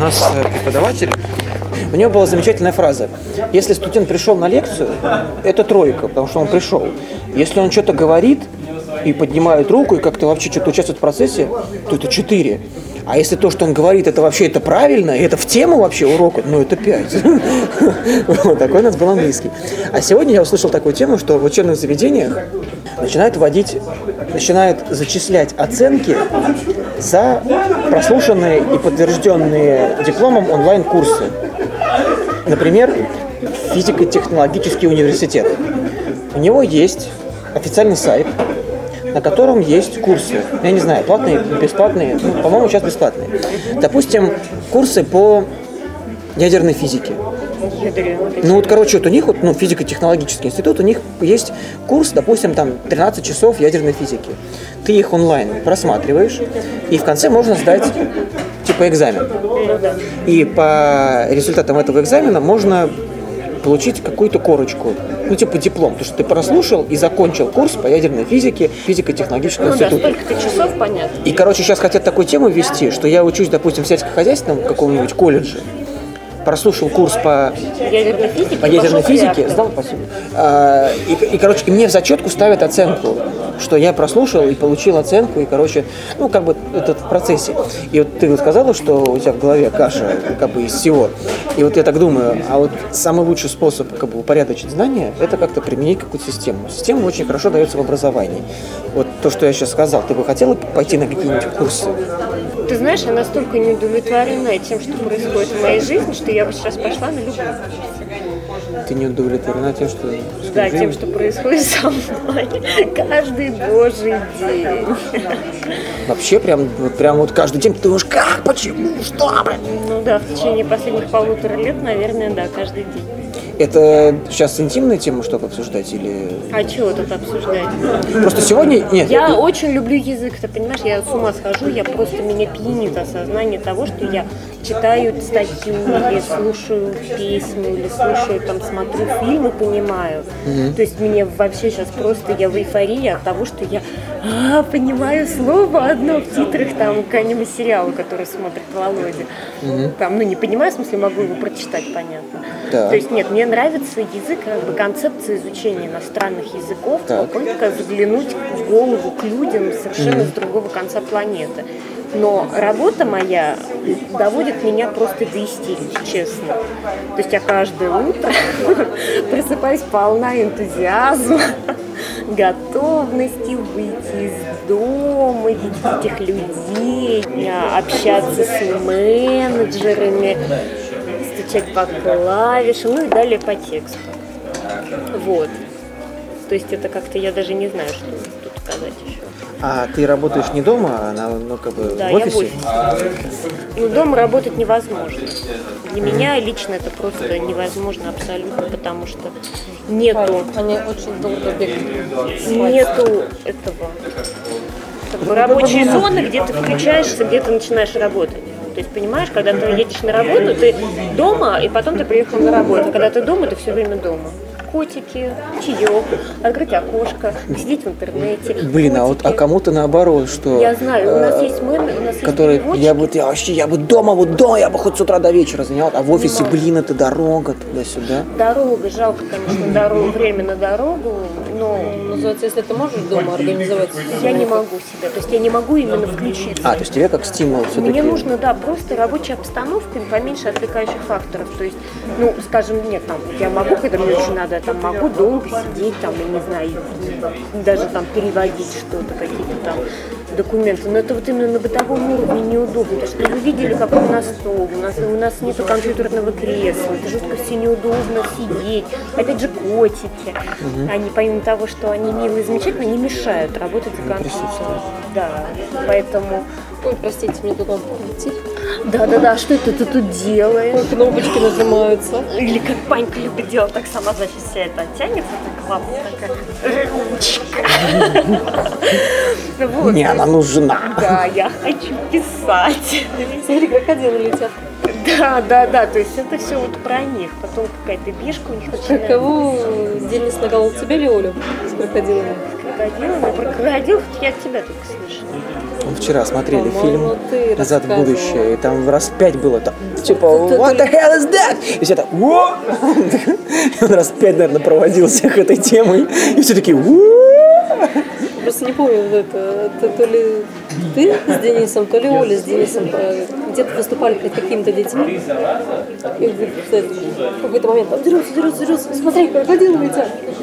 нас преподаватель, у него была замечательная фраза. Если студент пришел на лекцию, это тройка, потому что он пришел. Если он что-то говорит и поднимает руку, и как-то вообще что-то участвует в процессе, то это 4. А если то, что он говорит, это вообще это правильно, и это в тему вообще урока, ну это 5. Вот такой у нас был английский. А сегодня я услышал такую тему, что в учебных заведениях начинают зачислять оценки за прослушанные и подтвержденные дипломом онлайн-курсы. Например, физико-технологический университет. У него есть официальный сайт, на котором есть курсы. Я не знаю, платные, бесплатные, по-моему, сейчас бесплатные. Допустим, курсы по ядерной физике. Вот у них, физико-технологический институт, у них есть курс, допустим, там 13 часов ядерной физики. Ты их онлайн просматриваешь, и в конце можно сдать экзамен. И по результатам этого экзамена можно получить какую-то корочку, диплом, потому что ты прослушал и закончил курс по ядерной физике физико-технологического института. Столько-то часов, понятно. И, сейчас хотят такую тему ввести, что я учусь, допустим, в сельскохозяйственном каком-нибудь колледже, прослушал курс по ядерной физике, сдал, спасибо. И мне в зачетку ставят оценку, что я прослушал и получил оценку, и, это в процессе. И вот ты сказала, что у тебя в голове каша, из всего. И вот я так думаю, самый лучший способ, упорядочить знания, это как-то применить какую-то систему. Система очень хорошо дается в образовании. Вот то, что я сейчас сказал, ты бы хотела пойти на какие-нибудь курсы? Ты знаешь, я настолько не удовлетворена тем, что происходит в моей жизни, что я бы сейчас пошла на любой курс. Ты не удовлетворена тем, что... Да, тем, что происходит со мной каждый божий день. Вообще, прям каждый день ты думаешь, как, почему, что? Ну да, в течение последних 1,5 лет, наверное, да, каждый день. Это сейчас интимная тема, чтобы обсуждать, или... А чего тут обсуждать? Просто сегодня... Нет. Я очень люблю язык, ты понимаешь, я с ума схожу, меня пьянит осознание того, что я читаю статью, или слушаю песню, или слушаю, смотрю фильм и понимаю. То есть мне вообще сейчас просто, я в эйфории от того, что я понимаю слово одно в титрах какого-нибудь сериала, который смотрит Володя. Не понимаю, в смысле, могу его прочитать, понятно. Да. То есть нет, мне нравится язык, концепция изучения иностранных языков, попытка заглянуть в голову к людям совершенно с другого конца планеты. Но работа моя доводит меня просто до истерики, честно. То есть я каждое утро просыпаюсь полна энтузиазма, готовности выйти из дома, видеть этих людей, общаться с менеджерами, стучать по клавишам, и далее по тексту. Вот. То есть это как-то я даже не знаю, что тут сказать еще. А ты работаешь не дома, а в офисе? Да, я в офисе. Дома работать невозможно. Для меня лично это просто невозможно абсолютно, потому что нету... Они очень долго бегают. Нету этого рабочей зоны, где ты включаешься, где ты начинаешь работать. То есть, понимаешь, когда ты едешь на работу, ты дома, и потом ты приехал на работу. Когда ты дома, ты все время дома. Котики, чаек, открыть окошко, сидеть в интернете. Блин, котики. А кому-то наоборот, что... Я знаю, у нас есть который я бы дома, я бы хоть с утра до вечера занял, а в офисе, это дорога туда-сюда. Дорога, жалко, конечно, время на дорогу, но... Называется, если ты можешь дома организовать... Я не могу себя, то есть я не могу именно включиться. То есть тебе как стимул все-таки? Мне нужно, просто рабочая обстановка, поменьше отвлекающих факторов. То есть, скажем, нет, я могу, когда мне очень надо, могу долго сидеть, я не знаю, даже переводить что-то, какие-то документы. Но это именно на бытовом уровне неудобно. Потому что вы видели, какой у нас стол, у нас нету компьютерного кресла, это жутко все неудобно сидеть. Опять же, котики. Они, помимо того, что они милые и замечательные, не мешают работать за компьютером. Да, поэтому... Ой, простите, мне тут надо прийти. Да, что это ты тут делаешь? Ой, кнопочки нажимаются. Или как Панька любит делать, так сама, значит, вся это оттянется, так классно, такая ручка. Мне она нужна. Да, я хочу писать. Смотри, крокодилы летят. Да, то есть это все про них. Потом какая-то бешка у них начинается. Кого Денис нагадал, тебе или Олю с крокодилами? С крокодилами? Про крокодилов я от тебя только слышала. Вчера смотрели По-моему, фильм ты «Назад в рассказывал. будущее», и там раз 5 было там, типа, what the hell is that? И все так, «Во!» И он раз 5, наверное, проводил всех этой темой, и все такие, «Во!» Просто не помню, вот это то ли ты с Денисом, то ли Оля с Денисом где-то выступали перед какими-то детьми. И в какой-то момент там дерутся, смотри, крокодил летят.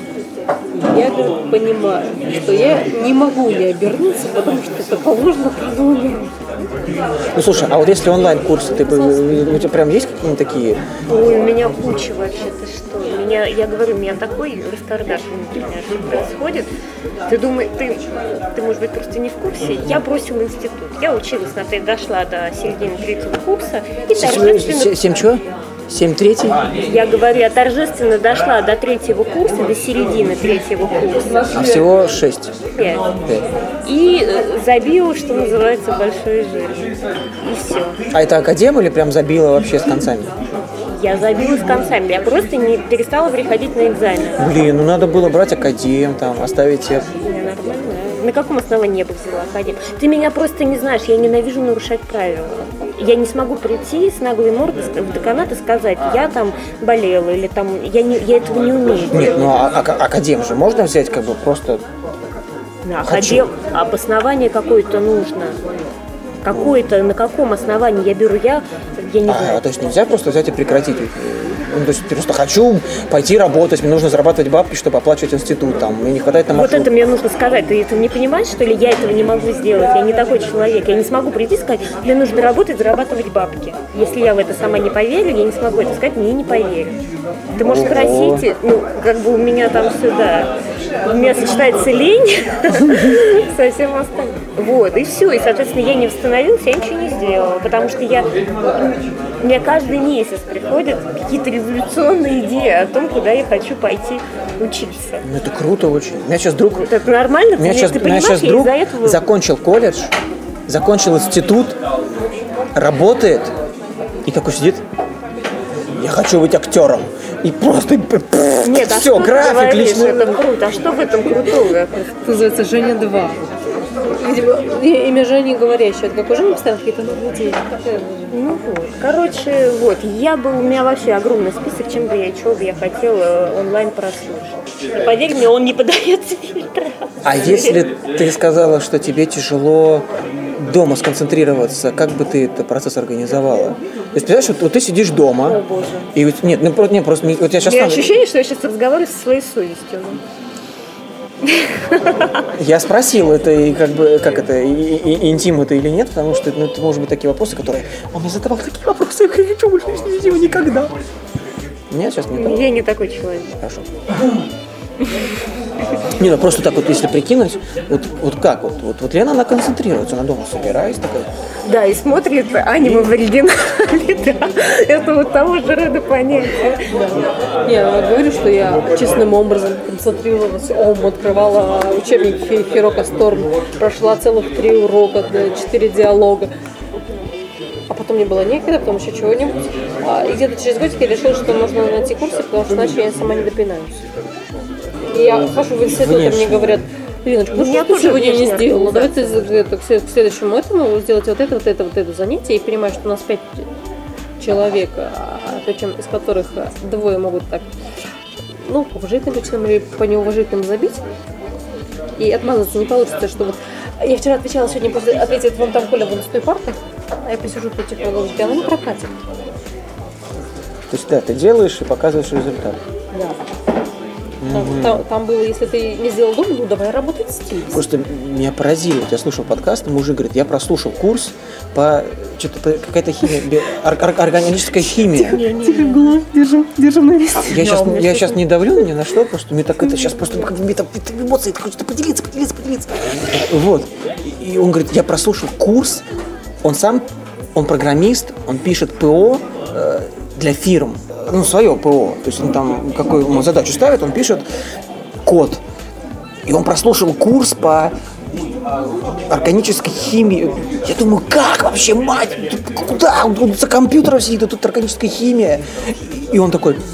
Я, говорю, понимаю, что я не могу не обернуться, потому что это положено по номеру. Ну, слушай, а вот если онлайн-курсы, у тебя прям есть какие-нибудь такие? Ой, у меня куча вообще, ты что? Я говорю, у меня такой рестардаж внутренний происходит. Ты думаешь, ты, может быть, просто не в курсе. Я бросила институт. Я училась, дошла до середины 3-го курса. И торжественно... 7 чего? 7/3? Я говорю, я торжественно дошла до 3-го курса, до середины 3-го курса. А всего 6. 5. И забила, что называется, большой жир. И все. А это академ или прям забила вообще с концами? Я забила с концами. Я просто не перестала приходить на экзамен. Блин, ну надо было брать академ, там, оставить тех. Нормально. На каком основании я бы взяла академ? Ты меня просто не знаешь, я ненавижу нарушать правила. Я не смогу прийти с наглой мордой в деканат и сказать, я там болела, или там, я этого не умею. Нет, ну академ же можно взять как бы просто... Академ, обоснование какое-то нужно. Какое-то, на каком основании я беру, я не знаю. То есть нельзя просто взять и прекратить. Ну, то есть я просто хочу пойти работать, мне нужно зарабатывать бабки, чтобы оплачивать институт, там, мне не хватает на маршрут. Вот это мне нужно сказать, ты это не понимаешь, что ли? Я этого не могу сделать, я не такой человек, я не смогу прийти и сказать, мне нужно работать, зарабатывать бабки. Если я в это сама не поверю, я не смогу это сказать, мне не поверят. Ты можешь спросить, ну, как бы у меня там сюда, у меня сочетается лень со всем остальным. Вот, и все, и, соответственно, я не восстановилась, я ничего не сделала, потому что мне каждый месяц приходят какие-то революционные идеи о том, куда я хочу пойти учиться. Ну, это круто очень. У меня сейчас друг... Это нормально? У меня сейчас друг закончил колледж, закончил институт, работает и такой сидит, я хочу быть актером. И просто нет, все, график лично. Это круто. А что в этом крутого? Это называется Женя 2. Видимо, имя Жени говорящее. Это как у Жени постоянно какие-то идеи. Ну вот. Короче, вот. У меня вообще огромный список, чем бы я, чего бы я хотела онлайн прослушать. И поверь мне, он не поддается фильтрам. А если ты сказала, что тебе тяжело дома сконцентрироваться, как бы ты этот процесс организовала? То есть, представляешь, вот ты сидишь дома. О, Боже. И вот, нет, ну просто вот я сейчас... У меня ощущение, что я сейчас разговариваю со своей совестью. Я спросил, это и как бы, как это, и интим это или нет, потому что это может быть такие вопросы, которые... Он мне задавал такие вопросы, я не хочу больше не видел никогда. Нет, сейчас не так. Я не такой человек. Хорошо. Не, ну просто так вот, если прикинуть, вот как, вот Лена, она концентрируется, она дома собирается такая. Да, и смотрит аниме в оригинале, да. Это вот того же рода понятия. Я говорю, что я честным образом концентрировалась, открывала учебник Хироко Сторм, прошла целых 3 урока, 4 диалога. А потом мне было некогда, потом еще чего-нибудь. И где-то через годик я решила, что нужно найти курсы, потому что иначе я сама не допинаюсь. И я хожу в институт, и мне говорят, Линочка, ну что ты сегодня не сделала? Давай ты к следующему этому сделать вот это занятие. И понимаешь, что у нас 5 человек, причем из которых 2 могут так, ну, по уважительным причинам или по неуважительным забить. И отмазаться не получится, что вот... Я вчера отвечала, сегодня ответит вон там Коля вон с той парты, а я посижу тут тихо в уголке, она не прокатит. То есть, да, ты делаешь и показываешь результат. Да. Там было, если ты не сделал дома, ну давай работать здесь. Просто меня поразило. Я слушал подкаст, и мужик говорит, я прослушал курс по что-то какая-то химия, органическая химия. Тихо, голову держим на месте. Я сейчас не давлю ни на что, просто мне так это сейчас просто мне там эмоции, хочется поделиться. Вот. И он говорит, я прослушал курс, он программист, он пишет ПО для фирм. Ну, свое ПО. То есть он там, какую ему задачу ставит, он пишет код. И он прослушал курс по органической химии. Я думаю, как вообще, мать? Куда? Он за компьютером сидит, а тут органическая химия. И он такой,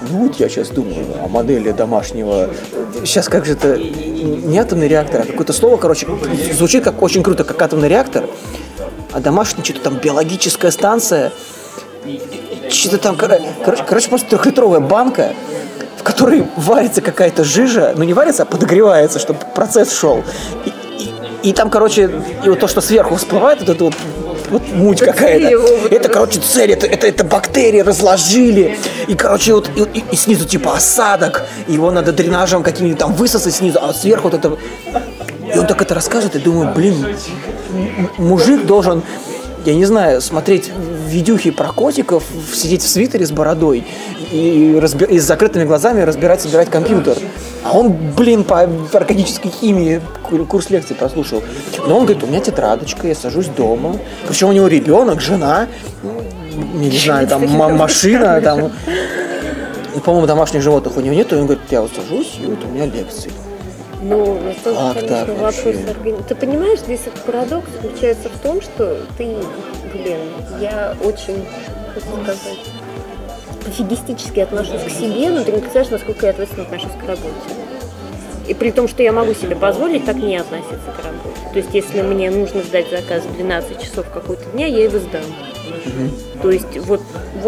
ну вот я сейчас думаю о модели домашнего, сейчас как же это, не атомный реактор, а какое-то слово, короче, звучит как очень круто, как атомный реактор, а домашний что-то там биологическая станция, что-то там, короче, просто 3-литровая банка, в которой варится какая-то жижа, ну не варится, а подогревается, чтобы процесс шел. И там, короче, и вот то, что сверху всплывает, вот это вот муть какая-то. Это, короче, цель, это бактерии разложили. И, короче, вот и снизу типа осадок. Его надо дренажем каким-нибудь там высосать снизу, а сверху вот это. И он так это рассказывает, и думаю, блин, мужик должен, я не знаю, смотреть видюхи про котиков, сидеть в свитере с бородой и с закрытыми глазами собирать компьютер. А он, блин, по органической химии курс лекций прослушал. Но он говорит, у меня тетрадочка, я сажусь дома. Причем у него ребенок, жена, не знаю, там машина, там, по-моему, домашних животных у него нет. И он говорит, я вот сажусь, и вот у меня лекции. Ну, это, конечно, вопрос организации. Ты понимаешь, здесь этот парадокс заключается в том, что ты, я очень, как сказать, пофигистически отношусь к себе, но ты не представляешь, насколько я ответственно отношусь к работе. И при том, что я могу себе позволить так не относиться к работе. То есть, если мне нужно сдать заказ в 12 часов какого-то дня, я его сдам. То есть, вот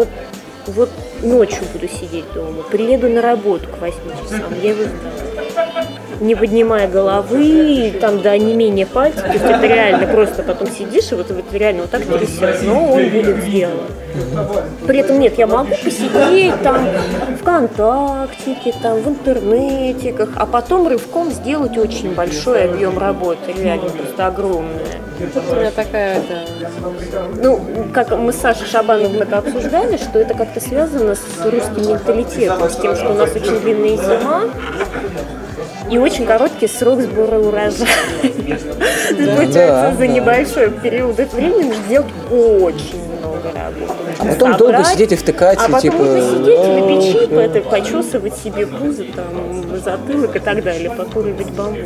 ночью буду сидеть дома, приеду на работу к 8 часам, я его сдам. Не поднимая головы, там до онемения пальцев, то есть это реально просто потом сидишь, и вот реально вот так трясет, но он будет сделан. При этом нет, я могу посидеть там ВКонтактике, там в интернетиках, а потом рывком сделать очень большой объем работы, реально просто огромная. У меня такая, Ну, как мы с Сашей Шабановым это обсуждали, что это как-то связано с русским менталитетом, с тем, что у нас очень длинная зима, и очень короткий срок сбора урожая. Получается, за небольшой период времени сделать очень много работы. А потом долго сидеть и втыкать. А потом можно сидеть на печи, почесывать себе пузо, там, затылок и так далее, покуривать бамбук.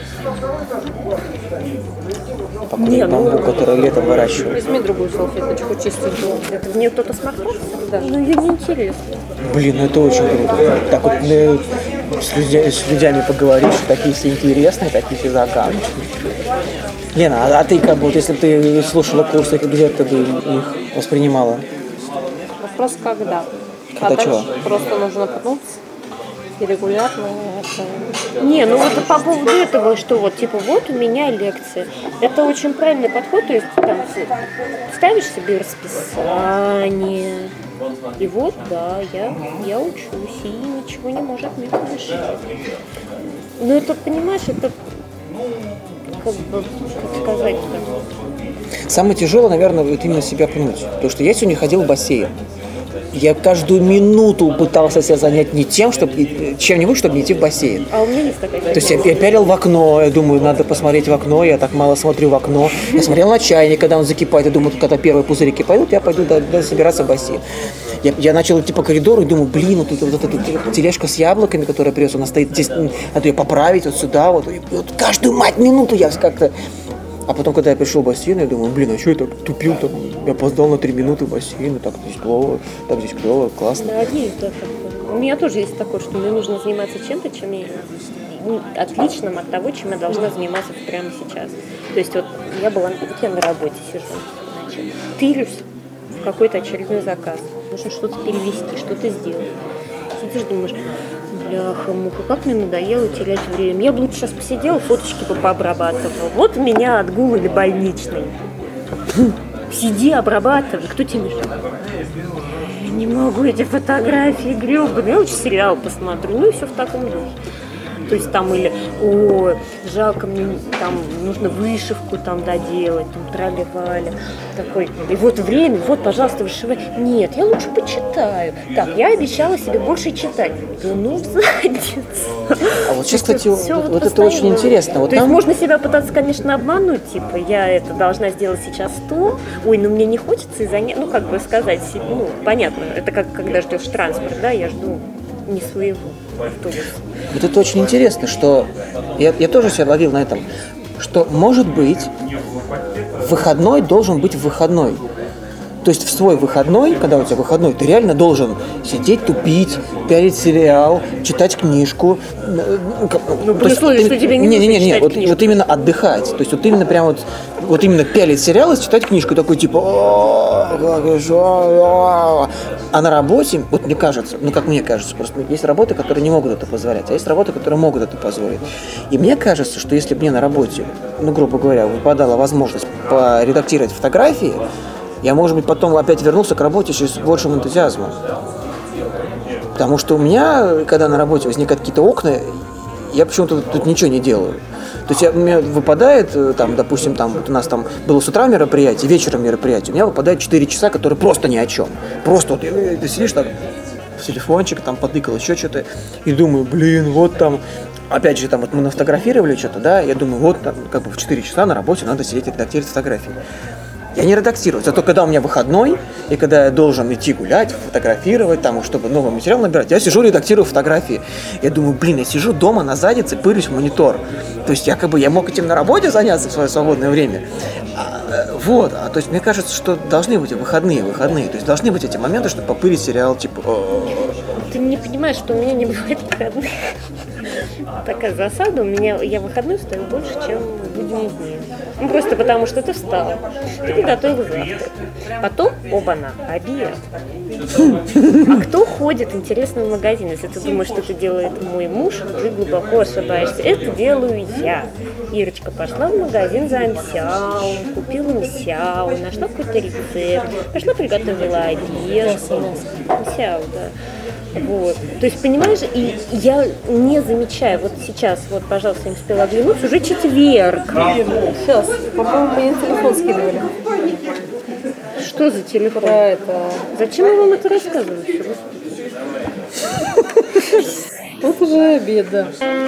Покурить бамбук, который летом выращивают. Возьми другую салфеточку чистенькую. Это в нее кто-то сморкался? Да. Ну, ее неинтересно. Блин, ну это очень круто. Так вот с людьми поговоришь, такие все интересные, такие все загадочные. Лена, а ты как бы, вот, если бы ты слушала курсы, где ты бы их воспринимала? Вопрос когда? Когда чего? Просто нужно пнуться и регулярно. Не, ну вот по поводу этого, что вот, типа, вот у меня лекция. Это очень правильный подход, то есть там ставишь себе расписание, и вот, да, я учусь, и ничего не может мне помешать. Но это, понимаешь, это как бы, как сказать-то. Самое тяжелое, наверное, вот именно себя пнуть. Потому что я сегодня ходил в бассейн. Я каждую минуту пытался себя занять не тем, чтобы чем-нибудь, чтобы не идти в бассейн. А у меня есть такая. То есть я пялил в окно, я думаю, надо посмотреть в окно, я так мало смотрю в окно. Я смотрел на чайник, когда он закипает, я думаю, когда первые пузырики пойдут, я пойду собираться в бассейн. Я начал идти по коридору и думаю, блин, вот эта тележка с яблоками, которая привез, она стоит здесь, надо ее поправить вот сюда, вот. И вот каждую минуту я как-то... А потом, когда я пришел в бассейн, я думаю, блин, а что я так тупил там? Я опоздал на 3 минуты в бассейн, так здесь клево, там здесь клево, классно. Да, есть такое. У меня тоже есть такое, что мне нужно заниматься чем-то, чем я отличным от того, чем я должна заниматься прямо сейчас. То есть вот я на работе сижу, значит, тырюсь в какой-то очередной заказ. Нужно что-то перевести, что-то сделать. Сидишь, думаешь, бляха-муха, как мне надоело терять время. Я бы лучше сейчас посидела, фоточки бы пообрабатывала. Вот у меня отгул или больничный. Сиди, обрабатывай, кто тебе мешает? Я не могу эти фотографии гребаные. Я лучше сериал посмотрю. Ну и все в таком духе. То есть там или, жалко, мне там нужно вышивку там доделать, там трали-вали. Такой, и вот время, вот, пожалуйста, вышивай. Нет, я лучше почитаю. Так, я обещала себе больше читать. Да ну, в задницу. А вот сейчас, кстати, вот это очень интересно. Вот то есть можно себя пытаться, конечно, обмануть, типа, я это должна сделать сейчас то, ой, ну мне не хочется и занять, ну, как бы сказать, ну, понятно, это как когда ждешь транспорт, да, я жду не своего автобуса. Вот это очень интересно, что я тоже себя ловил на этом, что, может быть, выходной должен быть выходной. То есть в свой выходной, когда у тебя выходной, ты реально должен сидеть, тупить, пялить сериал, читать книжку. При условии, что тебе не нужно читать книжку. Вот именно отдыхать. То есть вот именно прям вот именно пялить сериал и читать книжку. Такой типа... А на работе, вот мне кажется, как мне кажется, просто есть работы, которые не могут это позволять, а есть работы, которые могут это позволить. И мне кажется, что если бы мне на работе, грубо говоря, выпадала возможность поредактировать фотографии, я, может быть, потом опять вернулся к работе с большим энтузиазмом. Потому что у меня, когда на работе возникают какие-то окна, я почему-то тут ничего не делаю. То есть у меня выпадает, там, допустим, вот у нас там было с утра мероприятие, вечером мероприятие, у меня выпадает 4 часа, которые просто ни о чем. Просто вот ты сидишь так, в телефончик, там потыкал, еще что-то, и думаю, вот там, опять же, там вот мы нафотографировали что-то, да, я думаю, вот там, как бы в 4 часа на работе надо сидеть и редактировать фотографии. Я не редактирую, зато когда у меня выходной, и когда я должен идти гулять, фотографировать, там, чтобы новый материал набирать, я сижу, редактирую фотографии. Я думаю, я сижу дома на заднице, пырюсь в монитор. То есть я мог этим на работе заняться в свое свободное время. То есть мне кажется, что должны быть выходные. То есть должны быть эти моменты, чтобы попырить сериал, типа... Ты не понимаешь, что у меня не бывает выходных. Такая засада, я выходной стою больше, чем в будние дни. Просто потому, что ты встал, ты приготовил завтрак. Потом, оба-на, обед. А кто ходит, интересно, в магазин? Если ты думаешь, что это делает мой муж, ты глубоко ошибаешься. Это делаю я. Ирочка пошла в магазин за мсяу, купила мсяу, нашла какой-то рецепт, пошла приготовила обед. Мсяу, да. Вот. То есть, понимаешь, и я не замечаю, вот сейчас, пожалуйста, не успела оглянуться, уже четверг. Сейчас, по-моему, мне телефон скидывали. Что за телефон? Про это. Зачем я вам это рассказываю? Вот уже обед, да.